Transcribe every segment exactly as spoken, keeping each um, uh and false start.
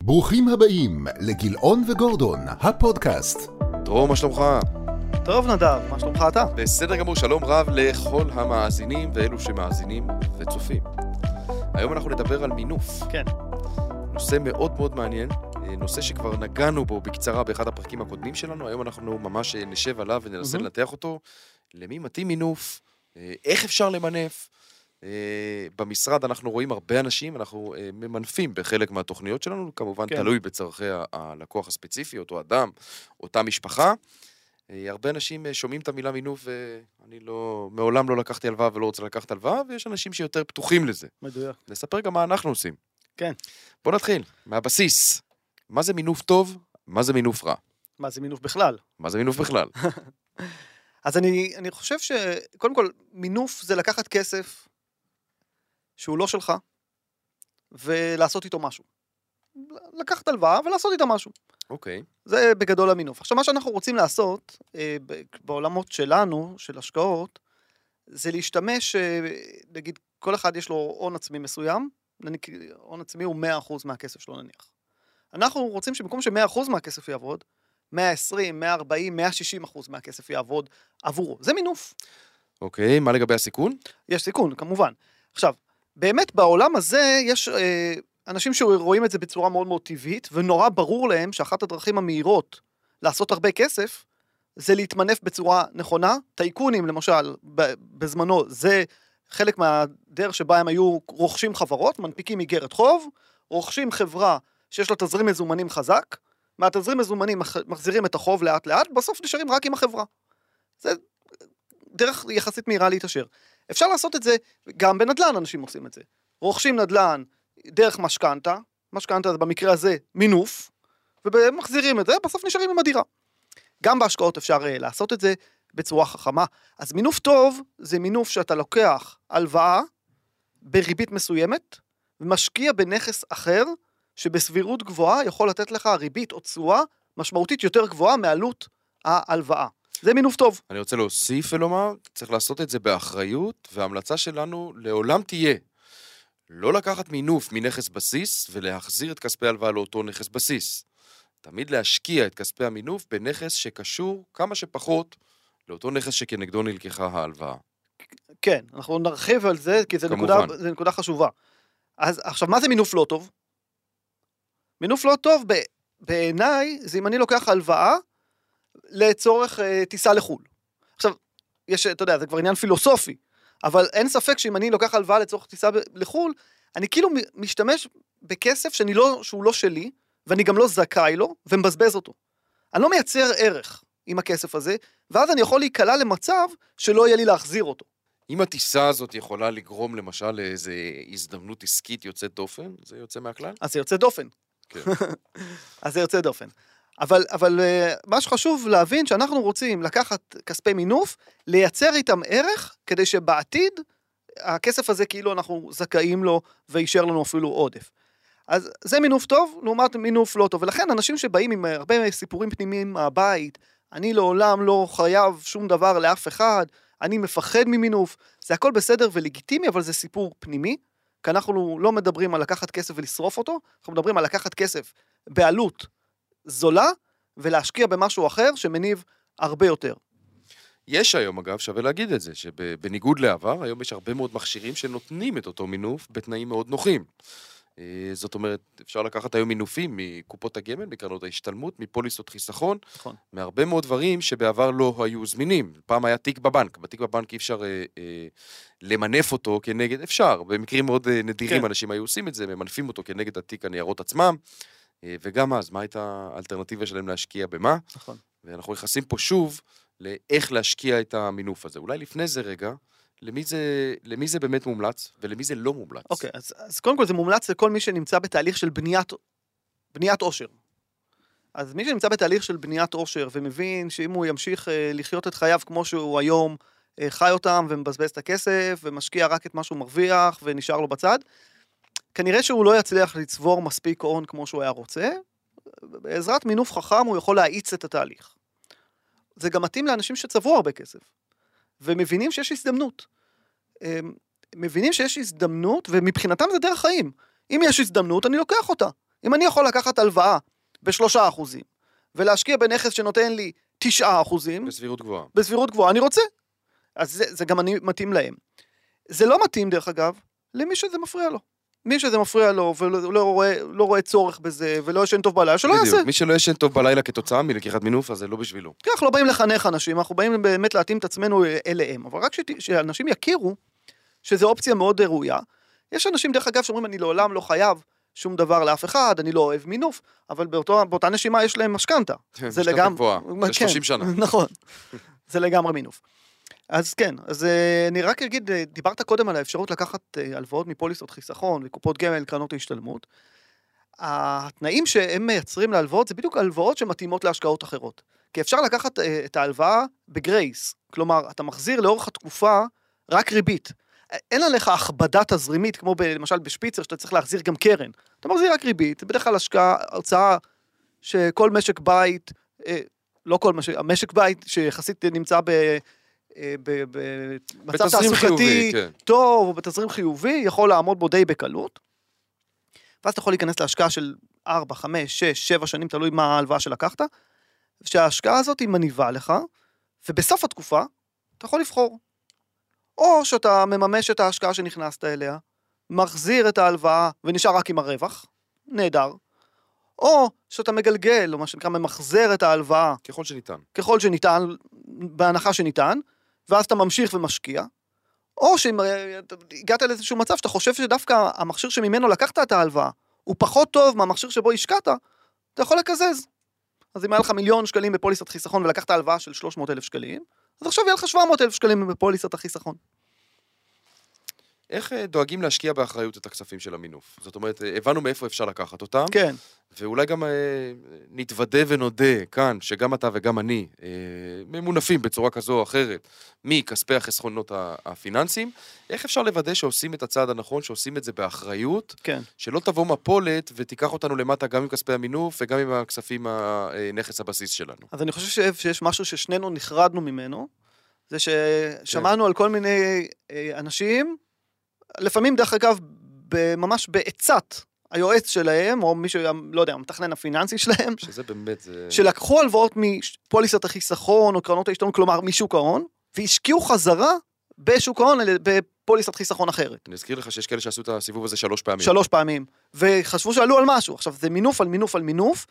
ברוכים הבאים לגילאון וגורדון, הפודקאסט. דרור, מה שלומך? טוב נדב, מה שלומך אתה? בסדר גמור, שלום רב לכל המאזינים ואלו שמאזינים וצופים. היום אנחנו נדבר על מינוף. כן. נושא מאוד מאוד מעניין, נושא שכבר נגענו בו בקצרה באחד הפרקים הקודמים שלנו, היום אנחנו ממש נשב עליו וננסה mm-hmm. לנתח אותו, למי מתאים מינוף, איך אפשר למנף. במשרד אנחנו רואים הרבה אנשים, אנחנו ממנפים בחלק מהתוכניות שלנו, כמובן כן. תלוי בצרכי הלקוח הספציפי, אותו אדם, אותה משפחה. הרבה אנשים שומעים את המילה מינוף, ואני לא, מעולם לא לקחתי הלוואה ולא רוצה לקחת הלוואה, ויש אנשים שיותר פתוחים לזה. מדויק. נספר גם מה אנחנו עושים. כן. בוא נתחיל, מהבסיס. מה זה מינוף טוב? מה זה מינוף רע? מה זה מינוף בכלל? מה זה מינוף בכלל? אז אני, אני חושב שקודם כל, מינוף זה לקחת כסף שהוא לא שלך, ולעשות איתו משהו. לקחת הלוואה ולעשות איתה משהו. אוקיי. זה בגדול המינוף. עכשיו, מה שאנחנו רוצים לעשות, בעולמות שלנו, של השקעות, זה להשתמש, נגיד, כל אחד יש לו הון עצמי מסוים, הון עצמי הוא מאה אחוז מהכסף שלו נניח. אנחנו רוצים שבמקום ש-מאה אחוז מהכסף יעבוד, מאה ועשרים, מאה וארבעים, מאה ושישים אחוז מהכסף יעבוד עבורו. זה מינוף. אוקיי, מה לגבי הסיכון? יש סיכון, כמובן. עכשיו, באמת בעולם הזה יש אה, אנשים שרואים את זה בצורה מאוד מאוד טבעית, ונורא ברור להם שאחת הדרכים המהירות לעשות הרבה כסף, זה להתמנף בצורה נכונה. טייקונים, למשל, בזמנו, זה חלק מהדרך שבה הם היו רוכשים חברות, מנפיקים איגרת חוב, רוכשים חברה שיש לה תזרים מזומנים חזק, מהתזרים מזומנים מחזירים את החוב לאט לאט, בסוף נשארים רק עם החברה. זה דרך יחסית מהירה להתאשר. אפשר לעשות את זה, גם בנדל"ן אנשים עושים את זה. רוכשים נדל"ן דרך משכנתה, משכנתה זה במקרה הזה מינוף, ומחזירים את זה, בסוף נשארים עם הדירה. גם בהשקעות אפשר לעשות את זה בצורה חכמה. אז מינוף טוב זה מינוף שאתה לוקח הלוואה בריבית מסוימת, ומשקיע בנכס אחר, שבסבירות גבוהה יכול לתת לך ריבית או תשואה משמעותית יותר גבוהה מעלות ההלוואה. זה מינוף טוב. אני רוצה להוסיף ולומר, צריך לעשות את זה באחריות, וההמלצה שלנו לעולם תהיה, לא לקחת מינוף מנכס בסיס, ולהחזיר את כספי הלוואה לאותו נכס בסיס. תמיד להשקיע את כספי המינוף בנכס שקשור כמה שפחות לאותו נכס שכנגדו נלקחה ההלוואה. כן, אנחנו נרחיב על זה, כי זה נקודה, זה נקודה חשובה. אז עכשיו, מה זה מינוף לא טוב? מינוף לא טוב בעיניי, זה אם אני לוקח הלוואה, לצורך uh, טיסה לחול. עכשיו, יש, אתה יודע, זה כבר עניין פילוסופי, אבל אין ספק שאם אני לוקח הלוואה לצורך טיסה ב- לחול, אני כאילו משתמש בכסף שאני לא, שהוא לא שלי, ואני גם לא זכאי לו, ומבזבז אותו. אני לא מייצר ערך עם הכסף הזה, ואז אני יכול להיקלע למצב שלא יהיה לי להחזיר אותו. אם הטיסה הזאת יכולה לגרום למשל לאיזו הזדמנות עסקית יוצאת דופן, זה יוצא מהכלל? אז זה יוצא דופן. כן. אז זה יוצא דופן. אבל, אבל מה שחשוב להבין שאנחנו רוצים לקחת כספי מינוף, לייצר איתם ערך, כדי שבעתיד הכסף הזה כאילו אנחנו זכאים לו, וישאר לנו אפילו עודף. אז זה מינוף טוב, לעומת מינוף לא טוב, ולכן אנשים שבאים עם הרבה סיפורים פנימיים מהבית, אני לעולם לא חייב שום דבר לאף אחד, אני מפחד ממינוף, זה הכל בסדר ולגיטימי, אבל זה סיפור פנימי, כי אנחנו לא מדברים על לקחת כסף ולשרוף אותו, אנחנו מדברים על לקחת כסף בעלות זולה, ולהשקיע במשהו אחר שמניב הרבה יותר. יש היום אגב, שווה להגיד את זה, שבניגוד לעבר, היום יש הרבה מאוד מכשירים שנותנים את אותו מינוף בתנאים מאוד נוחים. זאת אומרת, אפשר לקחת היום מינופים מקופות הגמל, מקרנות ההשתלמות, מפוליסות חיסכון, נכון. מהרבה מאוד דברים שבעבר לא היו זמינים. פעם היה תיק בבנק, בתיק בבנק אי אפשר אה, אה, למנף אותו כנגד, אפשר, במקרים מאוד אה, נדירים כן. אנשים היו עושים את זה, ממנפים אותו כנגד התיק הניירות עצמם, אה, וגם אז, מה הייתה האלטרנטיבה שלהם להשקיע במה? נכון. ואנחנו נכנסים פה שוב לאיך להשקיע את המינוף הזה. אולי לפני זה רגע, למי זה, למי זה באמת מומלץ, ולמי זה לא מומלץ? אוקיי, אז, אז קודם כל זה מומלץ לכל מי שנמצא בתהליך של בניית, בניית עושר. אז מי שנמצא בתהליך של בניית עושר, ומבין שאם הוא ימשיך אה, לחיות את חייו כמו שהוא היום, אה, חי אותם ומבזבז את הכסף, ומשקיע רק את מה שהוא מרוויח, ונשאר לו בצד, כנראה שהוא לא יצליח לצבור מספיק הון כמו שהוא היה רוצה, בעזרת מינוף חכם הוא יכול להאיץ את התהליך. זה גם מתאים לאנשים שצברו הרבה כסף. ומבינים שיש הזדמנות. מבינים שיש הזדמנות, ומבחינתם זה דרך חיים. אם יש הזדמנות, אני לוקח אותה. אם אני יכול לקחת הלוואה בשלושה אחוזים, ולהשקיע בנכס שנותן לי תשעה אחוזים, בסבירות גבוהה. בסבירות גבוהה, אני רוצה. אז זה, זה גם אני מתאים להם. זה לא מתאים, דרך אגב, למי שזה מפריע לו. מי שזה מפריע לו, ולא לא רואה, לא רואה צורך בזה, ולא ישן טוב בלילה, שלא יעשה. מי שלא ישן טוב בלילה כתוצאה מלקיחת מינוף, אז זה לא בשבילו. כן, אנחנו לא באים לחנך אנשים, אנחנו באים באמת להתאים את עצמנו אליהם, אבל רק שאנשים יכירו, שזו אופציה מאוד ראויה. יש אנשים, דרך אגב, שאומרים, אני לעולם לא חייב שום דבר לאף אחד, אני לא אוהב מינוף, אבל באותו, באותה נשימה יש להם משכנתה. זה לגמרי, זה שלושים שנה. נכון, זה לגמרי מינוף. אז כן, אז אני רק אגיד, דיברת קודם על האפשרות לקחת הלוואות מפוליסות חיסכון וקופות גמל, קרנות ההשתלמות. התנאים שהם מייצרים להלוואות, זה בדיוק הלוואות שמתאימות להשקעות אחרות. כי אפשר לקחת את ההלוואה בגרייס, כלומר, אתה מחזיר לאורך התקופה רק ריבית. אין עליך הכבדה תזרימית, כמו למשל בשפיצר, שאתה צריך להחזיר גם קרן. אתה מחזיר רק ריבית, בדרך כלל השקעה, הוצאה שכל משק בית, לא כל משק, המשק בית שיחסית נמצא ב... במצב תעסוקתי טוב, או בתזרים חיובי, יכול לעמוד בו די בקלות. ואז אתה יכול להיכנס להשקעה של ארבע, חמש, שש, שבע שנים, תלוי מה ההלוואה שלקחת, שההשקעה הזאת היא מניבה לך, ובסוף התקופה אתה יכול לבחור. או שאתה מממש את ההשקעה שנכנסת אליה, מחזיר את ההלוואה ונשאר רק עם הרווח, נהדר. או שאתה מגלגל, או מה שנקרא ממחזר את ההלוואה. ככל שניתן. ככל שניתן, בהנחה שניתן, ואז אתה ממשיך ומשקיע. או שהגעת לאיזשהו מצב שאתה חושב שדווקא המכשיר שממנו לקחת את ההלוואה, הוא פחות טוב מהמכשיר שבו השקעת, אתה יכול לקזז. אז אם היה לך מיליון שקלים בפוליסת חיסכון ולקחת הלוואה של שלוש מאות אלף שקלים, אז עכשיו יהיה לך שבע מאות אלף שקלים בפוליסת החיסכון. איך דואגים להשקיע באחריות את הכספים של המינוף? זאת אומרת, הבנו מאיפה אפשר לקחת אותם. כן. ואולי גם אה, נתוודה ונודה כאן, שגם אתה וגם אני אה, ממונפים בצורה כזו או אחרת, מכספי החסכונות הפיננסיים. איך אפשר לוודא שעושים את הצעד הנכון, שעושים את זה באחריות, כן. שלא תבוא מפולת ותיקח אותנו למטה גם עם כספי המינוף וגם עם הכספים הנכס הבסיס שלנו? אז אני חושב שיש משהו ששנינו נחרדנו ממנו, זה ששמענו כן. על כל מיני אנשים, לפעמים דרך אגב, ממש בעצת, היועץ שלהם, או מישהו, לא יודע, המתכנן הפיננסי שלהם, שזה באמת זה... שלקחו הלוואות מפוליסת החיסכון, או קרנות ההשתלמות, כלומר משוק ההון, והשקיעו חזרה בשוק ההון, בפוליסת חיסכון אחרת. אני אזכיר לך שיש כאלה שעשו את הסיבוב הזה שלוש פעמים. שלוש פעמים, וחשבו שעלו על משהו. עכשיו, זה מינוף על מינוף על מינוף,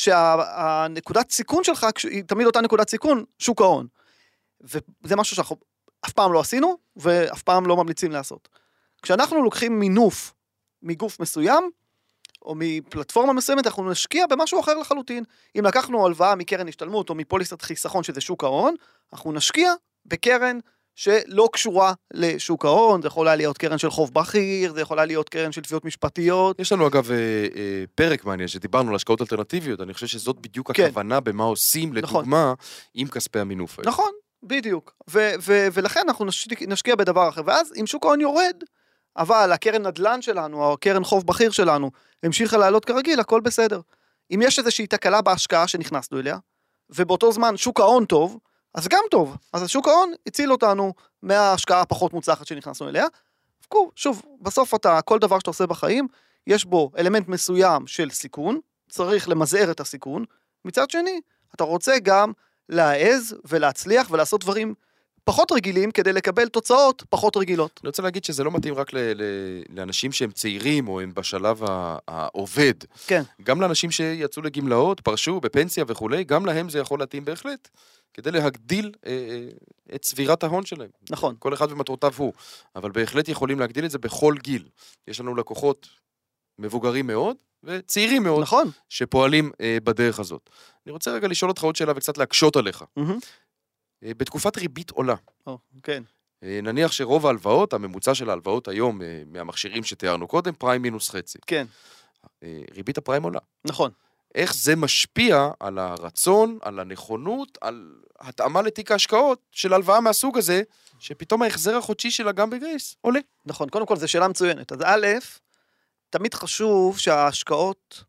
שהנקודת סיכון שלך, היא תמיד אותה נקודת סיכון, שוק ההון. וזה משהו שאנחנו אף פעם לא עשינו, ואף פעם לא ממליצים לעשות. כשאנחנו לוקחים מינוף מגוף מסוים, או מפלטפורמה מסוימת, אנחנו נשקיע במשהו אחר לחלוטין. אם לקחנו הלוואה מקרן השתלמות, או מפוליסת חיסכון, שזה שוק ההון, אנחנו נשקיע בקרן שלא קשורה לשוק ההון, זה יכולה להיות קרן של חוב בכיר, זה יכולה להיות קרן של תביעות משפטיות. יש לנו אגב פרק מעניין, שדיברנו על השקעות אלטרנטיביות, אני חושב שזאת בדיוק כן. הכוונה במה עושים, לדוגמה, נכון. עם כספי המינוף. נכון, בדיוק. ו- ו- ולכן אנחנו נשקיע, נשקיע בדבר אחר, ואז אם שוק ההון יורד, אבל הקרן נדל"ן שלנו, או הקרן חוב בכיר שלנו, המשיכה לעלות כרגיל, הכל בסדר. אם יש איזושהי תקלה בהשקעה שנכנסנו אליה, ובאותו זמן שוק ההון טוב, אז גם טוב. אז שוק ההון הציל אותנו מההשקעה הפחות מוצלחת שנכנסנו אליה. שוב, בסוף אתה, כל דבר שאתה עושה בחיים, יש בו אלמנט מסוים של סיכון, צריך למזער את הסיכון. מצד שני, אתה רוצה גם להעז ולהצליח ולעשות דברים פחות רגילים, כדי לקבל תוצאות פחות רגילות. אני רוצה להגיד שזה לא מתאים רק ל- ל- לאנשים שהם צעירים, או הם בשלב העובד. כן. גם לאנשים שיצאו לגמלאות, פרשו בפנסיה וכו', גם להם זה יכול להתאים בהחלט, כדי להגדיל אה, אה, את סבירת ההון שלהם. נכון. כל אחד ומטרותיו הוא. אבל בהחלט יכולים להגדיל את זה בכל גיל. יש לנו לקוחות מבוגרים מאוד, וצעירים מאוד, נכון. שפועלים אה, בדרך הזאת. אני רוצה רגע לשאול אותך עוד שאלה, וקצת להקשות עליך. Mm-hmm. בתקופת ריבית עולה. או, כן. נניח שרוב ההלוואות, הממוצע של ההלוואות היום, מהמכשירים שתיארנו קודם, פריים מינוס חצי. כן. ריבית הפריים עולה. נכון. איך זה משפיע על הרצון, על הנכונות, על התאמה לתיק ההשקעות של הלוואה מהסוג הזה, שפתאום ההחזר החודשי שלה גם בגרייס עולה. נכון, קודם כל זו שאלה מצוינת. אז א', תמיד חשוב שההשקעות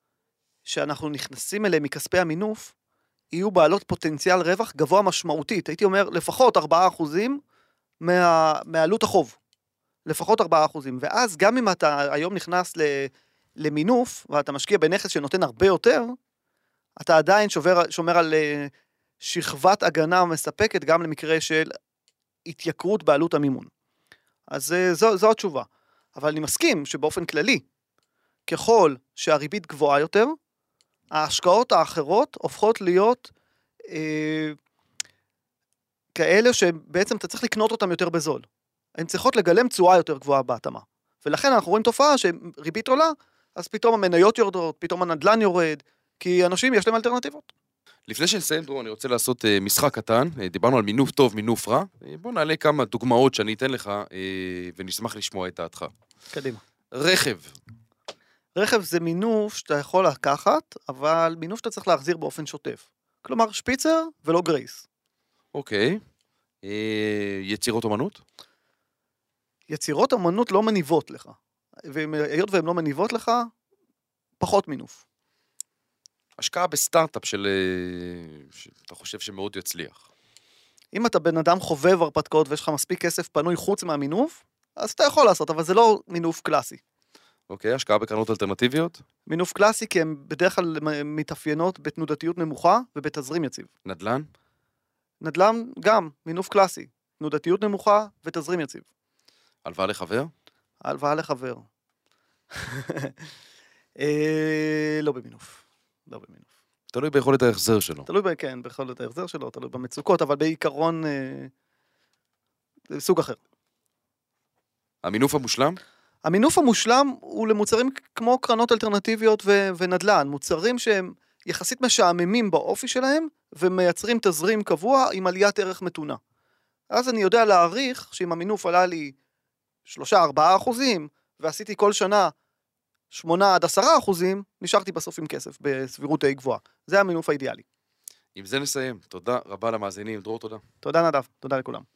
שאנחנו נכנסים אליהם מכספי המינוף, יהיו בעלות פוטנציאל רווח גבוה משמעותית. הייתי אומר, לפחות ארבעה אחוזים מה, מעלות החוב. לפחות ארבעה אחוזים. ואז גם אם אתה היום נכנס למינוף, ואתה משקיע בנכס שנותן הרבה יותר, אתה עדיין שובר, שומר על uh, שכבת הגנה מספקת גם למקרה של התייקרות בעלות המימון. אז uh, זו, זו התשובה. אבל אני מסכים שבאופן כללי, ככל שהריבית גבוהה יותר, ההשקעות האחרות הופכות להיות אה, כאלה שבעצם אתה צריך לקנות אותם יותר בזול. הן צריכות לגלם תשואה יותר גבוהה בהתאמה. ולכן אנחנו רואים תופעה שריבית עולה, אז פתאום המניות יורדות, פתאום הנדל"ן יורד, כי אנשים יש להם אלטרנטיבות. לפני שנסיים, דרור, אני רוצה לעשות uh, משחק קטן. Uh, דיברנו על מינוף טוב, מינוף רע. Uh, בוא נעלה כמה דוגמאות שאני אתן לך, uh, ונשמח לשמוע את דעתך. קדימה. רכב. רכב זה מינוף שאתה יכול לקחת, אבל מינוף שאתה צריך להחזיר באופן שוטף. כלומר, שפיצר ולא גרייס. אוקיי. Uh, יצירות אומנות? יצירות אומנות לא מניבות לך. והיות והן לא מניבות לך, פחות מינוף. השקעה בסטארט-אפ של... שאתה חושב שמאוד יצליח. אם אתה בן אדם חובב הרפתקאות ויש לך מספיק כסף פנוי חוץ מהמינוף, אז אתה יכול לעשות, אבל זה לא מינוף קלאסי. אוקיי, השקעה בקרנות אלטרנטיביות? מינוף קלאסי כי הן בדרך כלל מתאפיינות בתנודתיות נמוכה ובתזרים יציב. נדל"ן? נדל"ן גם, מינוף קלאסי. תנודתיות נמוכה ותזרים יציב. הלוואה לחבר? הלוואה לחבר. אה, לא במינוף. לא במינוף. תלוי ביכולת ההחזר שלו. תלוי, ב, כן, ביכולת ההחזר שלו, תלוי במצוקות, אבל בעיקרון אה, זה סוג אחר. המינוף המושלם? המינוף המושלם הוא למוצרים כמו קרנות אלטרנטיביות ו- ונדל"ן, מוצרים שהם יחסית משעממים באופי שלהם, ומייצרים תזרים קבוע עם עליית ערך מתונה. אז אני יודע להעריך שאם המינוף עלה לי שלושה ארבעה אחוזים, ועשיתי כל שנה שמונה עד עשרה אחוזים, נשארתי בסוף עם כסף, בסבירות די גבוהה. זה המינוף האידיאלי. עם זה נסיים. תודה רבה למאזינים. דרור, תודה. תודה נדב, תודה לכולם.